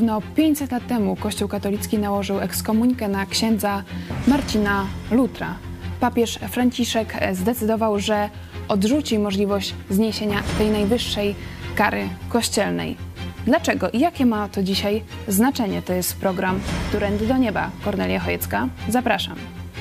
Równo 500 lat temu Kościół katolicki nałożył ekskomunikę na księdza Marcina Lutera. Papież Franciszek zdecydował, że odrzuci możliwość zniesienia tej najwyższej kary kościelnej. Dlaczego i jakie ma to dzisiaj znaczenie? To jest program Którędy do Nieba. Kornelia Chojecka, zapraszam.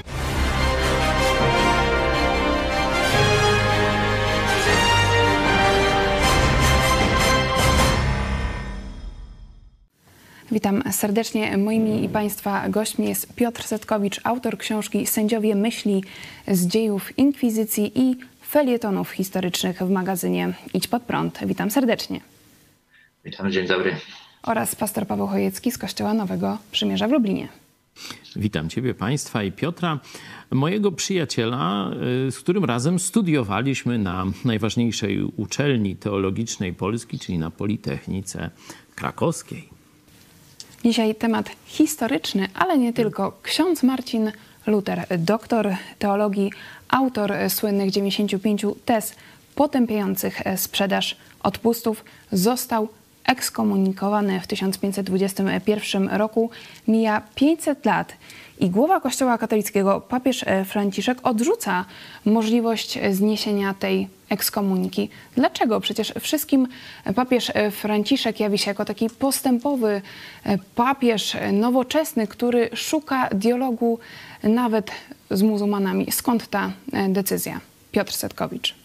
Witam serdecznie. Moimi i Państwa gośćmi jest Piotr Setkowicz, autor książki Sędziowie myśli z dziejów inkwizycji i felietonów historycznych w magazynie Idź Pod Prąd. Witam serdecznie. Witam, dzień dobry. Oraz pastor Paweł Chojecki z Kościoła Nowego Przymierza w Lublinie. Witam Ciebie, Państwa i Piotra, mojego przyjaciela, z którym razem studiowaliśmy na najważniejszej uczelni teologicznej Polski, czyli na Politechnice Krakowskiej. Dzisiaj temat historyczny, ale nie tylko. Ksiądz Marcin Luter, doktor teologii, autor słynnych 95 tez potępiających sprzedaż odpustów, został ekskomunikowany w 1521 roku. Mija 500 lat i głowa Kościoła katolickiego, papież Franciszek, odrzuca możliwość zniesienia tej ekskomuniki. Dlaczego? Przecież wszystkim papież Franciszek jawi się jako taki postępowy papież, nowoczesny, który szuka dialogu nawet z muzułmanami. Skąd ta decyzja? Piotr Setkowicz.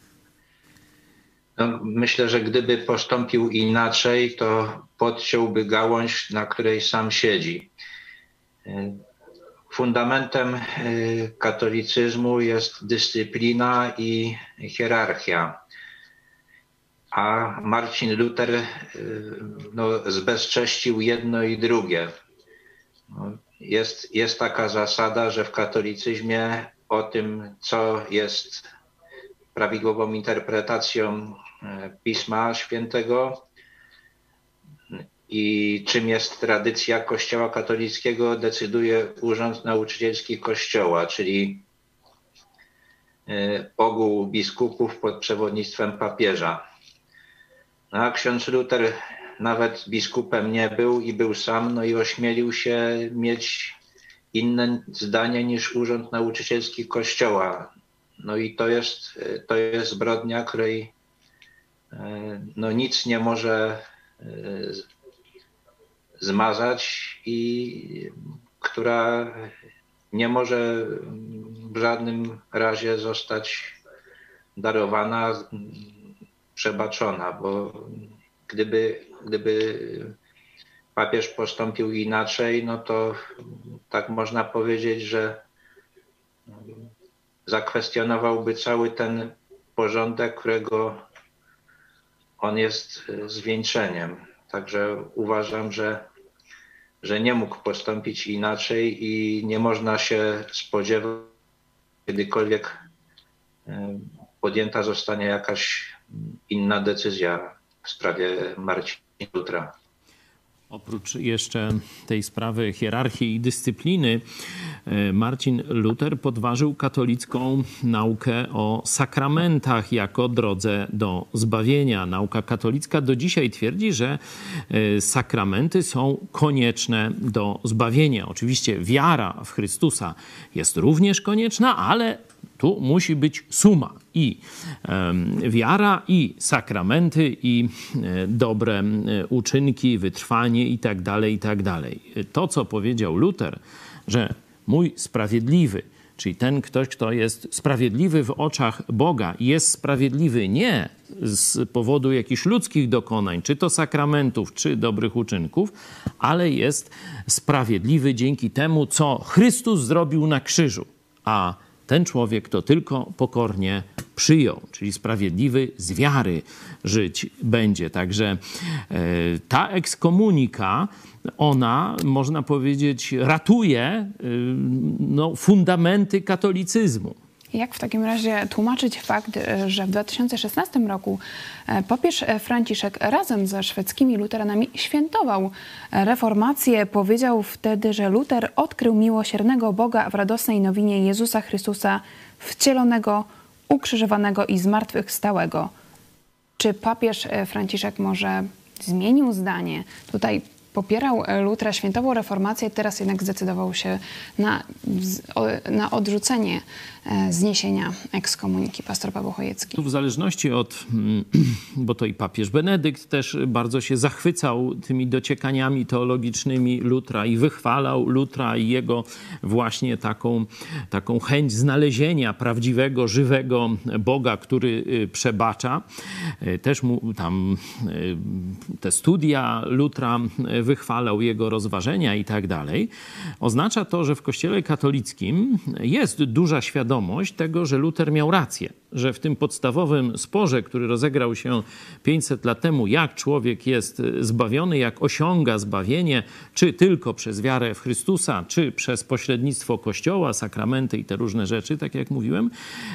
No, myślę, że gdyby postąpił inaczej, to podciąłby gałąź, na której sam siedzi. Fundamentem katolicyzmu jest dyscyplina i hierarchia. A Marcin Luter zbezcześcił jedno i drugie. Jest taka zasada, że w katolicyzmie o tym, co jest prawidłową interpretacją Pisma Świętego i czym jest tradycja Kościoła katolickiego, decyduje Urząd Nauczycielski Kościoła, czyli ogół biskupów pod przewodnictwem papieża. No a ksiądz Luter nawet biskupem nie był i był sam, i ośmielił się mieć inne zdanie niż Urząd Nauczycielski Kościoła. No i to jest zbrodnia, której nic nie może zmazać i która nie może w żadnym razie zostać darowana, przebaczona, bo gdyby papież postąpił inaczej, no to tak można powiedzieć, że zakwestionowałby cały ten porządek, którego on jest zwieńczeniem. Także uważam, że nie mógł postąpić inaczej i nie można się spodziewać, kiedykolwiek podjęta zostanie jakaś inna decyzja w sprawie Marcina Lutera. Oprócz jeszcze tej sprawy hierarchii i dyscypliny, Marcin Luter podważył katolicką naukę o sakramentach jako drodze do zbawienia. Nauka katolicka do dzisiaj twierdzi, że sakramenty są konieczne do zbawienia. Oczywiście wiara w Chrystusa jest również konieczna, ale tu musi być suma i wiara, i sakramenty, i dobre uczynki, wytrwanie i tak dalej, i tak dalej. To, co powiedział Luter, że mój sprawiedliwy, czyli ten ktoś, kto jest sprawiedliwy w oczach Boga, jest sprawiedliwy nie z powodu jakichś ludzkich dokonań, czy to sakramentów, czy dobrych uczynków, ale jest sprawiedliwy dzięki temu, co Chrystus zrobił na krzyżu. A ten człowiek to tylko pokornie przyjął, czyli sprawiedliwy z wiary żyć będzie. Także ta ekskomunika, ona, można powiedzieć, ratuje fundamenty katolicyzmu. Jak w takim razie tłumaczyć fakt, że w 2016 roku papież Franciszek razem ze szwedzkimi luteranami świętował reformację? Powiedział wtedy, że Luter odkrył miłosiernego Boga w radosnej nowinie Jezusa Chrystusa wcielonego, ukrzyżowanego i zmartwychwstałego. Czy papież Franciszek może zmienił zdanie? Tutaj popierał Lutera, świętował reformację, teraz jednak zdecydował się na odrzucenie zniesienia ekskomuniki, pastor Paweł Chojecki. Tu w zależności od, bo to i papież Benedykt też bardzo się zachwycał tymi dociekaniami teologicznymi Lutera i wychwalał Lutera i jego właśnie taką chęć znalezienia prawdziwego, żywego Boga, który przebacza. Też mu tam te studia Lutera wychwalał, jego rozważenia i tak dalej. Oznacza to, że w Kościele katolickim jest duża świadomość tego, że Luter miał rację, że w tym podstawowym sporze, który rozegrał się 500 lat temu, jak człowiek jest zbawiony, jak osiąga zbawienie, czy tylko przez wiarę w Chrystusa, czy przez pośrednictwo Kościoła, sakramenty i te różne rzeczy, tak jak mówiłem,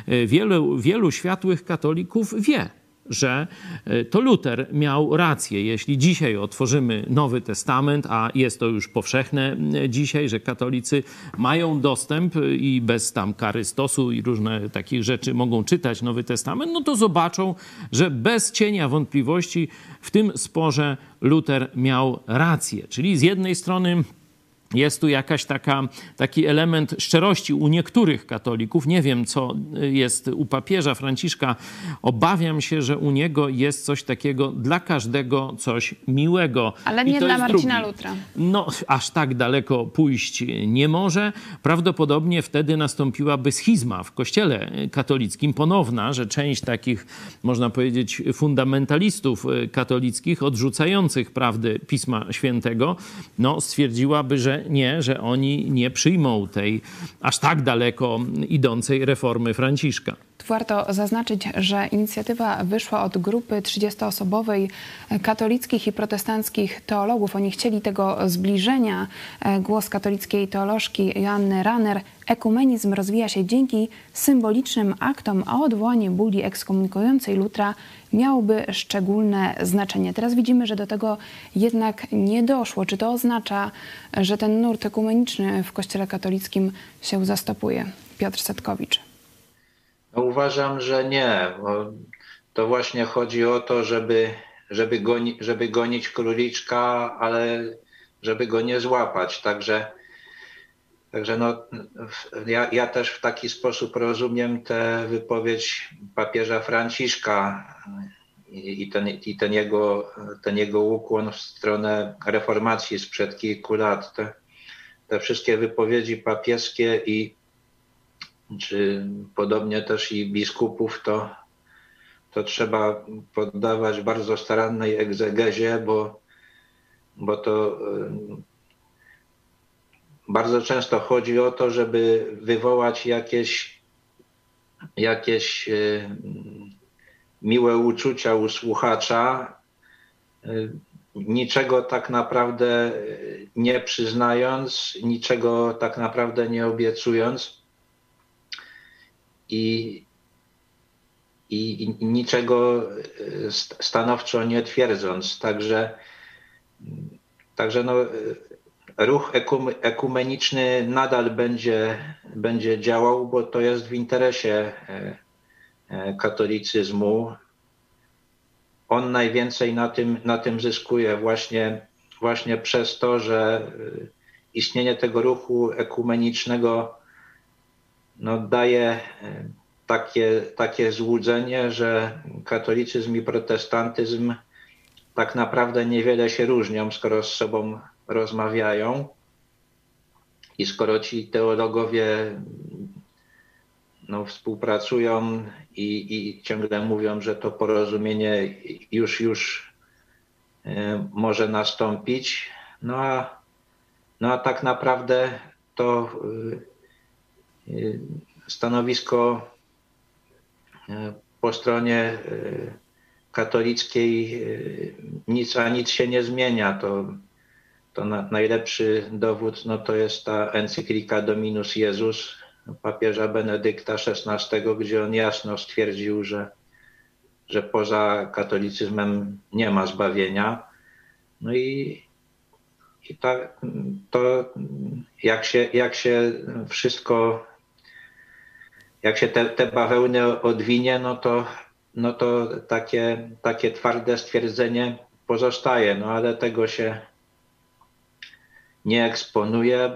wielu światłych katolików wie, że to Luter miał rację. Jeśli dzisiaj otworzymy Nowy Testament, a jest to już powszechne dzisiaj, że katolicy mają dostęp i bez tam kary stosu i różne takich rzeczy mogą czytać Nowy Testament, no to zobaczą, że bez cienia wątpliwości w tym sporze Luter miał rację. Czyli z jednej strony jest tu taki element szczerości u niektórych katolików. Nie wiem, co jest u papieża Franciszka. Obawiam się, że u niego jest coś takiego dla każdego coś miłego. Ale nie dla Marcina Lutera. No, aż tak daleko pójść nie może. Prawdopodobnie wtedy nastąpiłaby schizma w Kościele katolickim ponowna, że część takich, można powiedzieć, fundamentalistów katolickich, odrzucających prawdy Pisma Świętego, no, stwierdziłaby, że oni nie przyjmą tej aż tak daleko idącej reformy Franciszka. Warto zaznaczyć, że inicjatywa wyszła od grupy 30-osobowej katolickich i protestanckich teologów. Oni chcieli tego zbliżenia. Głos katolickiej teolożki Joanny Ranner. Ekumenizm rozwija się dzięki symbolicznym aktom, a odwołanie bulli ekskomunikującej Lutera miałoby szczególne znaczenie. Teraz widzimy, że do tego jednak nie doszło. Czy to oznacza, że ten nurt ekumeniczny w Kościele katolickim się zastopuje? Piotr Setkowicz. No, uważam, że nie. Bo to właśnie chodzi o to, żeby gonić króliczka, ale żeby go nie złapać. Także no, ja też w taki sposób rozumiem tę wypowiedź papieża Franciszka i ten jego ukłon w stronę reformacji sprzed kilku lat. Te wszystkie wypowiedzi papieskie czy podobnie też i biskupów, to trzeba poddawać bardzo starannej egzegezie, bo to bardzo często chodzi o to, żeby wywołać jakieś miłe uczucia u słuchacza, niczego tak naprawdę nie przyznając, niczego tak naprawdę nie obiecując i niczego stanowczo nie twierdząc. Także no, ruch ekumeniczny nadal będzie działał, bo to jest w interesie katolicyzmu. On najwięcej na tym zyskuje właśnie przez to, że istnienie tego ruchu ekumenicznego no, daje takie złudzenie, że katolicyzm i protestantyzm tak naprawdę niewiele się różnią, skoro z sobą rozmawiają i skoro ci teologowie no, współpracują i ciągle mówią, że to porozumienie już może nastąpić, no a tak naprawdę to stanowisko po stronie katolickiej nic się nie zmienia. To najlepszy dowód no to jest ta encyklika Dominus Iesus papieża Benedykta XVI, gdzie on jasno stwierdził, że poza katolicyzmem nie ma zbawienia. No i tak, to jak się wszystko, jak się te bawełny odwinie, no to takie twarde stwierdzenie pozostaje, no ale tego się nie eksponuje,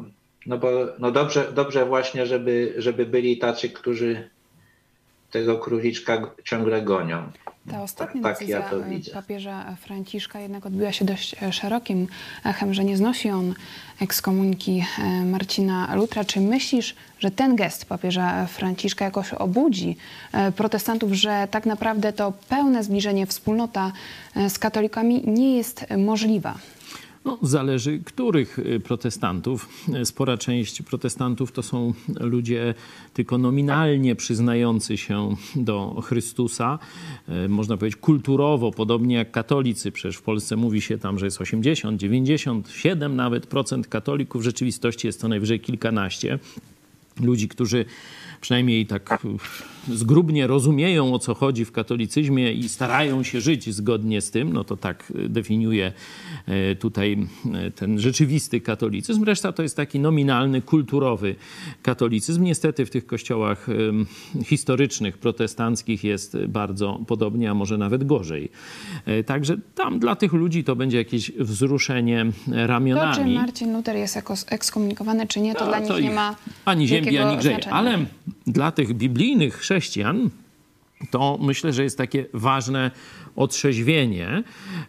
bo dobrze właśnie, żeby byli tacy, którzy tego króliczka ciągle gonią. Ta ostatnia Tak decyzja ja to widzę. papieża Franciszka jednak odbiła się dość szerokim echem, że nie znosi on ekskomuniki Marcina Lutera. Czy myślisz, że ten gest papieża Franciszka jakoś obudzi protestantów, że tak naprawdę to pełne zbliżenie, wspólnota z katolikami nie jest możliwa? No, zależy których protestantów. Spora część protestantów to są ludzie tylko nominalnie przyznający się do Chrystusa. Można powiedzieć kulturowo, podobnie jak katolicy. Przecież w Polsce mówi się tam, że jest 80, 97 nawet procent katolików. W rzeczywistości jest to najwyżej kilkanaście. Ludzi, którzy przynajmniej tak zgrubnie rozumieją, o co chodzi w katolicyzmie i starają się żyć zgodnie z tym, no to tak definiuje tutaj ten rzeczywisty katolicyzm. Reszta to jest taki nominalny, kulturowy katolicyzm. Niestety w tych kościołach historycznych, protestanckich jest bardzo podobnie, a może nawet gorzej. Także tam dla tych ludzi to będzie jakieś wzruszenie ramionami. To, czy Marcin Luter jest ekskomunikowany, czy nie, to dla nich nie ma ani ziemi, ani grzeje. znaczenia. Ale dla tych biblijnych chrześcijan to myślę, że jest takie ważne otrzeźwienie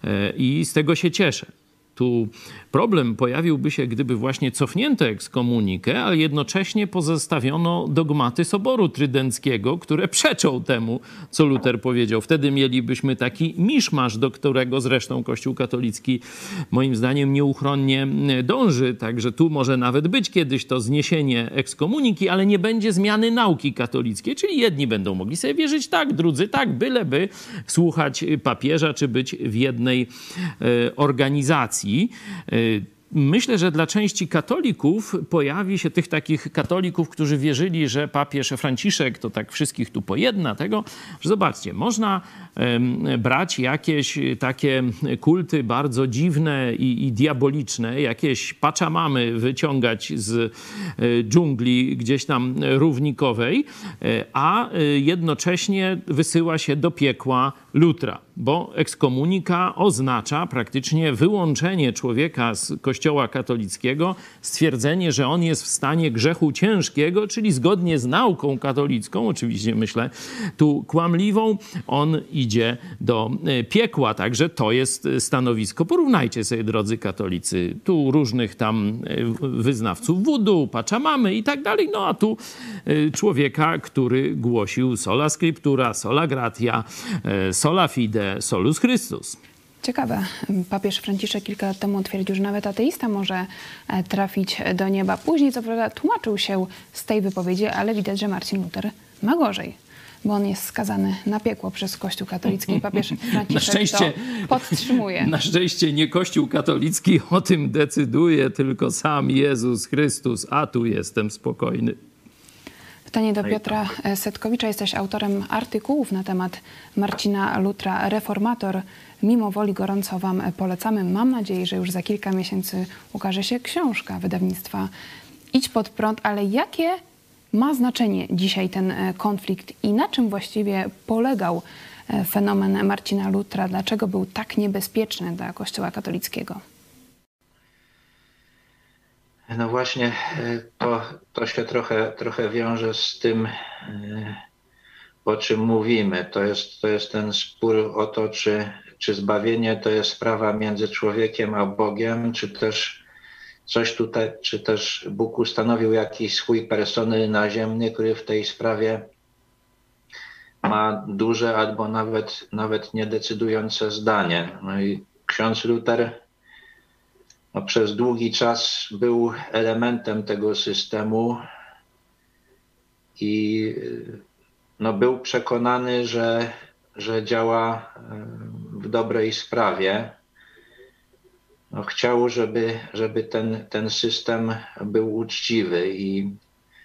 i z tego się cieszę. Tu problem pojawiłby się, gdyby właśnie cofnięto ekskomunikę, ale jednocześnie pozostawiono dogmaty Soboru Trydenckiego, które przeczą temu, co Luter powiedział. Wtedy mielibyśmy taki miszmasz, do którego zresztą Kościół katolicki moim zdaniem nieuchronnie dąży. Także tu może nawet być kiedyś to zniesienie ekskomuniki, ale nie będzie zmiany nauki katolickiej. Czyli jedni będą mogli sobie wierzyć tak, drudzy tak, byleby słuchać papieża, czy być w jednej organizacji. Myślę, że dla części katolików pojawi się tych takich katolików, którzy wierzyli, że papież Franciszek to tak wszystkich tu pojedna tego, że zobaczcie, można brać jakieś takie kulty bardzo dziwne i diaboliczne, jakieś paczamamy wyciągać z dżungli gdzieś tam równikowej, a jednocześnie wysyła się do piekła Lutra, bo ekskomunika oznacza praktycznie wyłączenie człowieka z Kościoła katolickiego, stwierdzenie, że on jest w stanie grzechu ciężkiego, czyli zgodnie z nauką katolicką, oczywiście myślę tu kłamliwą, on idzie do piekła. Także to jest stanowisko. Porównajcie sobie, drodzy katolicy, tu różnych tam wyznawców wudu, paczamamy i tak dalej, no a tu człowieka, który głosił sola scriptura, sola gratia, sola fide, solus Christus. Ciekawe. Papież Franciszek kilka lat temu twierdził, że nawet ateista może trafić do nieba. Później co prawda tłumaczył się z tej wypowiedzi, ale widać, że Marcin Luter ma gorzej, bo on jest skazany na piekło przez Kościół katolicki. Papież Franciszek to podtrzymuje. Na szczęście nie Kościół katolicki o tym decyduje, tylko sam Jezus Chrystus, a tu jestem spokojny. Pytanie do Piotra Setkowicza. Jesteś autorem artykułów na temat Marcina Lutera, reformator. Mimo woli gorąco wam polecamy. Mam nadzieję, że już za kilka miesięcy ukaże się książka wydawnictwa Idź pod prąd, ale jakie ma znaczenie dzisiaj ten konflikt i na czym właściwie polegał fenomen Marcina Lutera? Dlaczego był tak niebezpieczny dla Kościoła katolickiego? No właśnie, to się trochę wiąże z tym, o czym mówimy. To jest ten spór o to, czy zbawienie to jest sprawa między człowiekiem a Bogiem, czy też coś tutaj, czy też Bóg ustanowił jakiś swój personel naziemny, który w tej sprawie ma duże albo nawet niedecydujące zdanie. No i ksiądz Luter przez długi czas był elementem tego systemu i był przekonany, że działa w dobrej sprawie. Chciał, żeby ten system był uczciwy i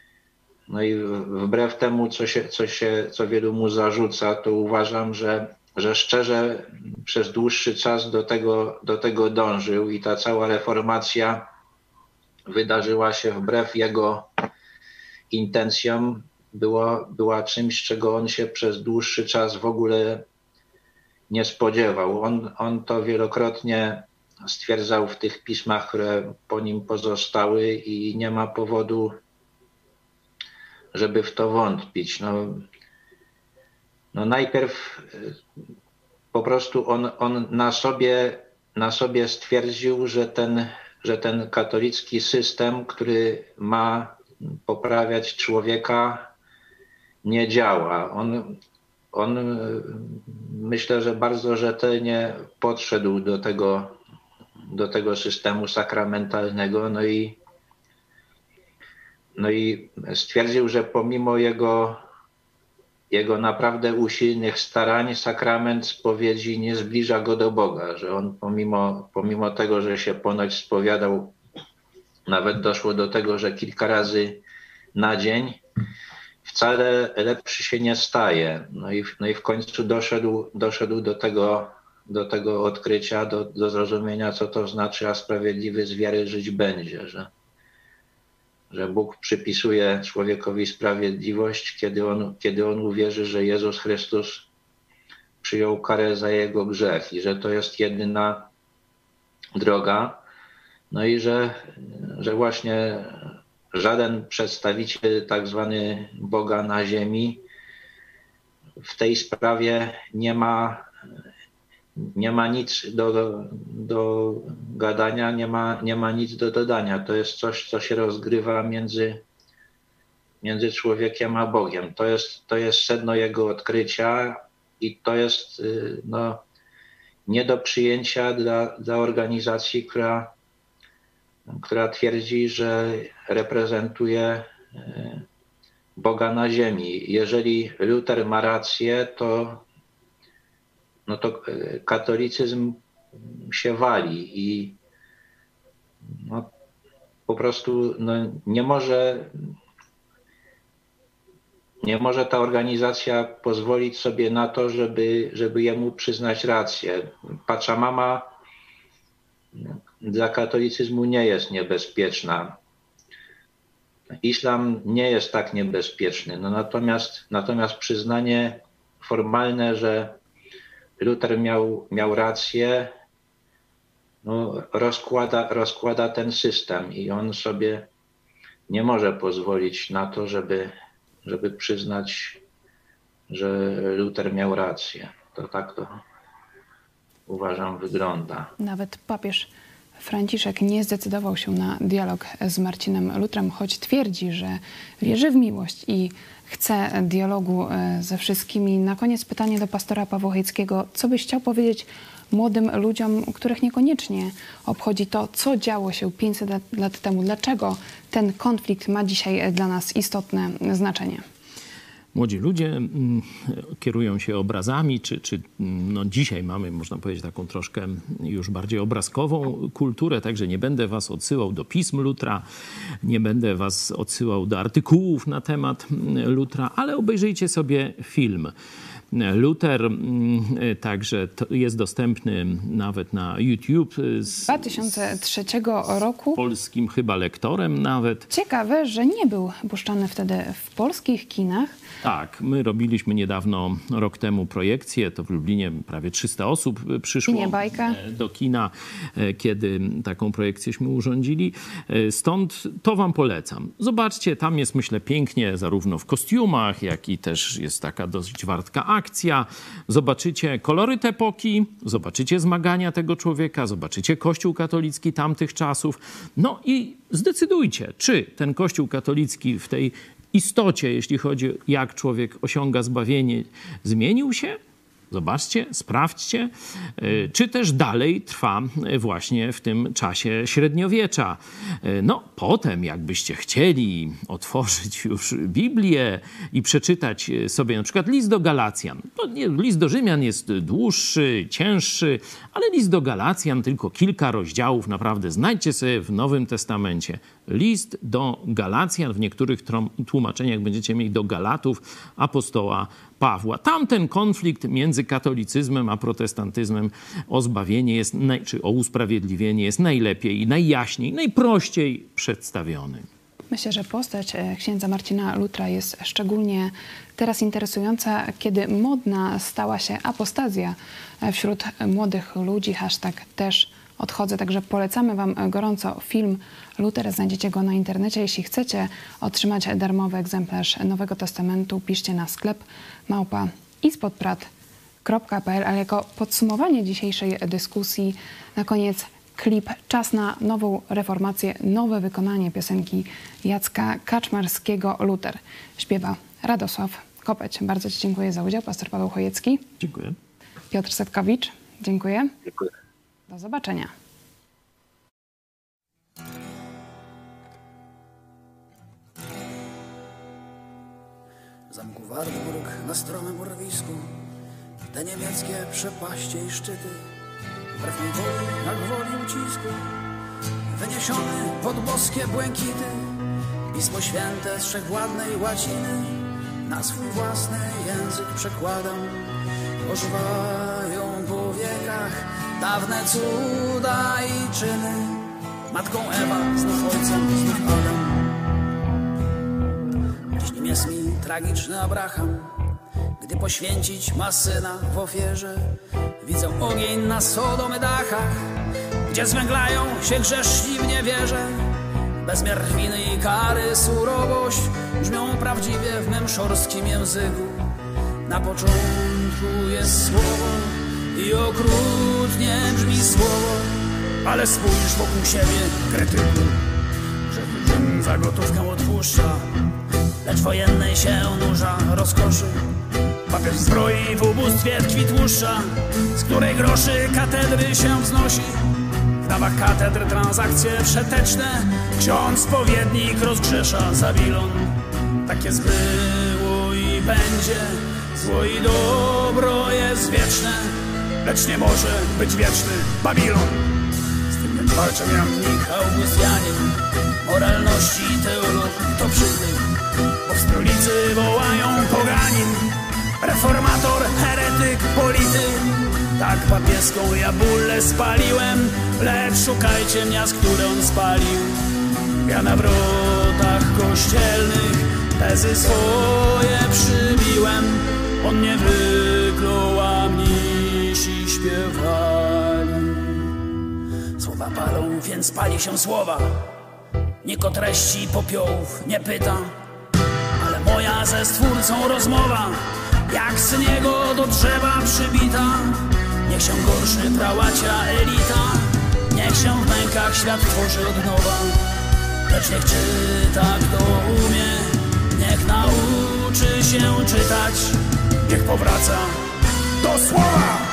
wbrew temu, co wielu mu zarzuca, to uważam, że szczerze przez dłuższy czas do tego dążył i ta cała reformacja wydarzyła się wbrew jego intencjom, była czymś, czego on się przez dłuższy czas w ogóle nie spodziewał. On to wielokrotnie stwierdzał w tych pismach, które po nim pozostały i nie ma powodu, żeby w to wątpić. No najpierw po prostu on na sobie stwierdził, że ten katolicki system, który ma poprawiać człowieka, nie działa. On myślę, że bardzo rzetelnie podszedł do tego systemu sakramentalnego, no i stwierdził, że pomimo jego naprawdę usilnych starań sakrament spowiedzi nie zbliża go do Boga, że on pomimo tego, że się ponoć spowiadał, nawet doszło do tego, że kilka razy na dzień, wcale lepszy się nie staje. No i w końcu doszedł do tego odkrycia, do zrozumienia, co to znaczy, a sprawiedliwy z wiary żyć będzie, że Bóg przypisuje człowiekowi sprawiedliwość, kiedy on uwierzy, że Jezus Chrystus przyjął karę za jego grzech i że to jest jedyna droga. No i że właśnie żaden przedstawiciel tak zwany Boga na ziemi w tej sprawie nie ma nic do gadania, nie ma nic do dodania. To jest coś, co się rozgrywa między człowiekiem a Bogiem. To jest sedno jego odkrycia i to jest nie do przyjęcia dla organizacji, która twierdzi, że reprezentuje Boga na ziemi. Jeżeli Luter ma rację, to katolicyzm się wali i po prostu nie może ta organizacja pozwolić sobie na to, żeby jemu przyznać rację. Pachamama dla katolicyzmu nie jest niebezpieczna. Islam nie jest tak niebezpieczny. Natomiast przyznanie formalne, że Luter miał rację, rozkłada ten system i on sobie nie może pozwolić na to, żeby przyznać, że Luter miał rację. To tak to uważam wygląda. Nawet papież Franciszek nie zdecydował się na dialog z Marcinem Lutrem, choć twierdzi, że wierzy w miłość i chce dialogu ze wszystkimi. Na koniec pytanie do pastora Pawła Chojeckiego. Co byś chciał powiedzieć młodym ludziom, których niekoniecznie obchodzi to, co działo się 500 lat temu? Dlaczego ten konflikt ma dzisiaj dla nas istotne znaczenie? Młodzi ludzie kierują się obrazami, czy dzisiaj mamy, można powiedzieć, taką troszkę już bardziej obrazkową kulturę, także nie będę was odsyłał do pism Lutra, nie będę was odsyłał do artykułów na temat Lutra, ale obejrzyjcie sobie film. Luter także jest dostępny nawet na YouTube. Z 2003 roku. Polskim chyba lektorem nawet. Ciekawe, że nie był puszczany wtedy w polskich kinach. Tak, my robiliśmy niedawno, rok temu projekcję, to w Lublinie prawie 300 osób przyszło do kina, kiedy taką projekcję urządzili. Stąd to wam polecam. Zobaczcie, tam jest myślę pięknie, zarówno w kostiumach, jak i też jest taka dosyć wartka akcja. Zobaczycie koloryt epoki, zobaczycie zmagania tego człowieka, zobaczycie Kościół katolicki tamtych czasów. No i zdecydujcie, czy ten Kościół katolicki w tej istocie, jeśli chodzi jak człowiek osiąga zbawienie, zmienił się? Zobaczcie, sprawdźcie, czy też dalej trwa właśnie w tym czasie średniowiecza. No potem, jakbyście chcieli otworzyć już Biblię i przeczytać sobie na przykład list do Galacjan. List do Rzymian jest dłuższy, cięższy, ale list do Galacjan tylko kilka rozdziałów, naprawdę znajdźcie sobie w Nowym Testamencie. List do Galacjan, w niektórych tłumaczeniach będziecie mieli do Galatów apostoła Pawła. Tamten konflikt między katolicyzmem a protestantyzmem o zbawienie czy o usprawiedliwienie jest najlepiej, najjaśniej, najprościej przedstawiony. Myślę, że postać księdza Marcina Lutra jest szczególnie teraz interesująca, kiedy modna stała się apostazja wśród młodych ludzi, hashtag też odchodzę, także polecamy Wam gorąco film Luter. Znajdziecie go na internecie. Jeśli chcecie otrzymać darmowy egzemplarz Nowego Testamentu, piszcie na sklep@ispodprat.pl. Ale jako podsumowanie dzisiejszej dyskusji na koniec klip Czas na nową reformację, nowe wykonanie piosenki Jacka Kaczmarskiego Luter. Śpiewa Radosław Kopeć. Bardzo Ci dziękuję za udział. Pastor Paweł Chojecki. Dziękuję. Piotr Setkowicz. Dziękuję. Dziękuję. Do zobaczenia. Zamku Wartburg na stromym urwisku, te niemieckie przepaście i szczyty, wbrew mej woli, jak woli ucisku, wyniesiony pod boskie błękity, Pismo Święte z wszechwładnej łaciny na swój własny język przekładam. Ożywają po wiekach dawne cuda i czyny, matką Ewa, znów ojcem, znów Adam. Dziś nim jest mi tragiczny Abraham, gdy poświęcić ma syna w ofierze. Widzę ogień na Sodomy dachach, gdzie zwęglają się grzeszni w niewierze. Bezmiar winy i kary, surowość brzmią prawdziwie w mym szorstkim języku. Na początku jest słowo i okrutnie brzmi słowo, ale spójrz wokół siebie, krytyku. Grzech za gotówkę odpuszcza, lecz wojennej się nurza rozkoszy. Papież zbroi w ubóstwie tkwi tłuszcza, z której groszy katedry się wznosi. W dawach katedr transakcje przeteczne, ksiądz spowiednik rozgrzesza Zabilon. Tak jest było i będzie, zło i dobro jest wieczne, lecz nie może być wieczny Babilon. Z tym walczą Jannik Augustianin, moralności teolog to przytyk, bo w stolicy wołają poganin, reformator, heretyk, polityk. Tak papieską ja bullę spaliłem, lecz szukajcie miast, które on spalił. Ja na wrotach kościelnych tezy swoje przybiłem, on nie wyklął, a mnisi śpiewali. Słowa palą, więc pali się słowa. Nikt o treści popiołów nie pyta, ale moja ze Stwórcą rozmowa, jak syn jego do drzewa przybita. Niech się gorszy prałacia elita, niech się w mękach świat tworzy od nowa. Lecz niech czyta kto umie, niech nauczy się czytać, niech powraca do słowa.